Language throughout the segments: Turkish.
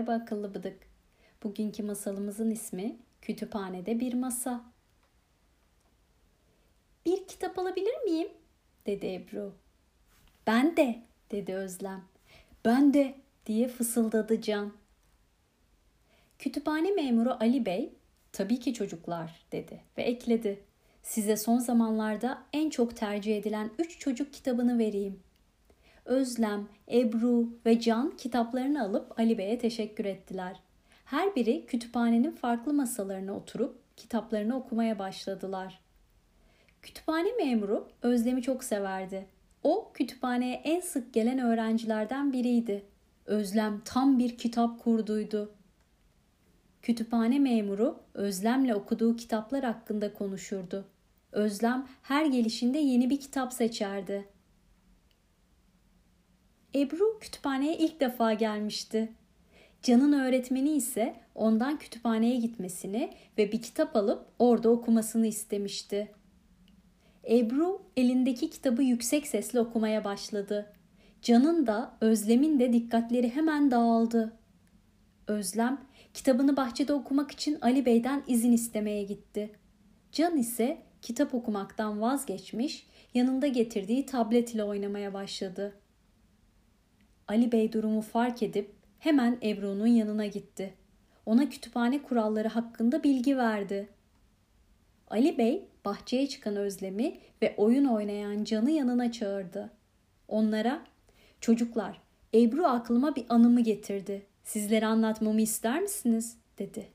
Merhaba akıllı bıdık. Bugünkü masalımızın ismi Kütüphanede Bir Masa. Bir kitap alabilir miyim? Dedi Ebru. Ben de, dedi Özlem. Ben de, diye fısıldadı Can. Kütüphane memuru Ali Bey, tabii ki çocuklar, dedi ve ekledi. Size son zamanlarda en çok tercih edilen 3 çocuk kitabını vereyim. Özlem, Ebru ve Can kitaplarını alıp Ali Bey'e teşekkür ettiler. Her biri kütüphanenin farklı masalarına oturup kitaplarını okumaya başladılar. Kütüphane memuru Özlem'i çok severdi. O kütüphaneye en sık gelen öğrencilerden biriydi. Özlem tam bir kitap kurduydu. Kütüphane memuru Özlem'le okuduğu kitaplar hakkında konuşurdu. Özlem her gelişinde yeni bir kitap seçerdi. Ebru kütüphaneye ilk defa gelmişti. Can'ın öğretmeni ise ondan kütüphaneye gitmesini ve bir kitap alıp orada okumasını istemişti. Ebru elindeki kitabı yüksek sesle okumaya başladı. Can'ın da Özlem'in de dikkatleri hemen dağıldı. Özlem kitabını bahçede okumak için Ali Bey'den izin istemeye gitti. Can ise kitap okumaktan vazgeçmiş, yanında getirdiği tablet ile oynamaya başladı. Ali Bey durumu fark edip hemen Ebru'nun yanına gitti. Ona kütüphane kuralları hakkında bilgi verdi. Ali Bey bahçeye çıkan Özlem'i ve oyun oynayan Can'ı yanına çağırdı. Onlara, "Çocuklar, Ebru aklıma bir anımı getirdi. Sizlere anlatmamı ister misiniz?" dedi.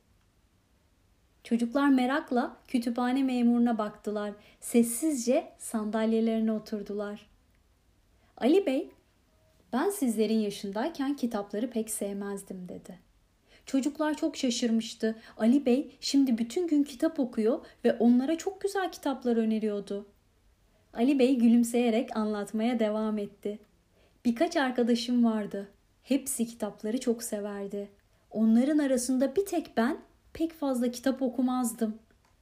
Çocuklar merakla kütüphane memuruna baktılar. Sessizce sandalyelerine oturdular. Ali Bey, "Ben sizlerin yaşındayken kitapları pek sevmezdim," dedi. Çocuklar çok şaşırmıştı. Ali Bey şimdi bütün gün kitap okuyor ve onlara çok güzel kitaplar öneriyordu. Ali Bey gülümseyerek anlatmaya devam etti. "Birkaç arkadaşım vardı. Hepsi kitapları çok severdi. Onların arasında bir tek ben pek fazla kitap okumazdım.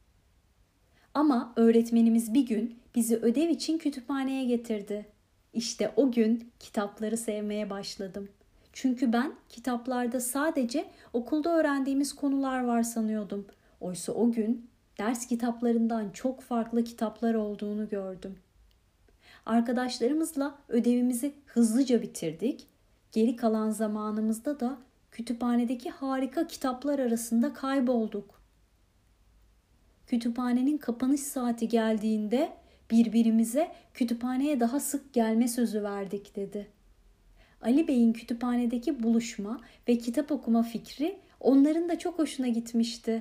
Ama öğretmenimiz bir gün bizi ödev için kütüphaneye getirdi. İşte o gün kitapları sevmeye başladım. Çünkü ben kitaplarda sadece okulda öğrendiğimiz konular var sanıyordum. Oysa o gün ders kitaplarından çok farklı kitaplar olduğunu gördüm. Arkadaşlarımızla ödevimizi hızlıca bitirdik. Geri kalan zamanımızda da kütüphanedeki harika kitaplar arasında kaybolduk. Kütüphanenin kapanış saati geldiğinde birbirimize kütüphaneye daha sık gelme sözü verdik," dedi. Ali Bey'in kütüphanedeki buluşma ve kitap okuma fikri onların da çok hoşuna gitmişti.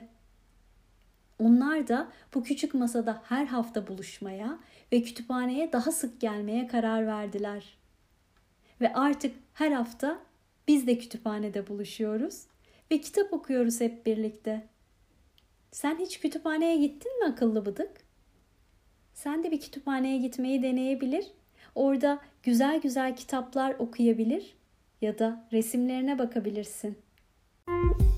Onlar da bu küçük masada her hafta buluşmaya ve kütüphaneye daha sık gelmeye karar verdiler. Ve artık her hafta biz de kütüphanede buluşuyoruz ve kitap okuyoruz hep birlikte. Sen hiç kütüphaneye gittin mi akıllı bıdık? Sen de bir kütüphaneye gitmeyi deneyebilir. Orada güzel güzel kitaplar okuyabilir ya da resimlerine bakabilirsin.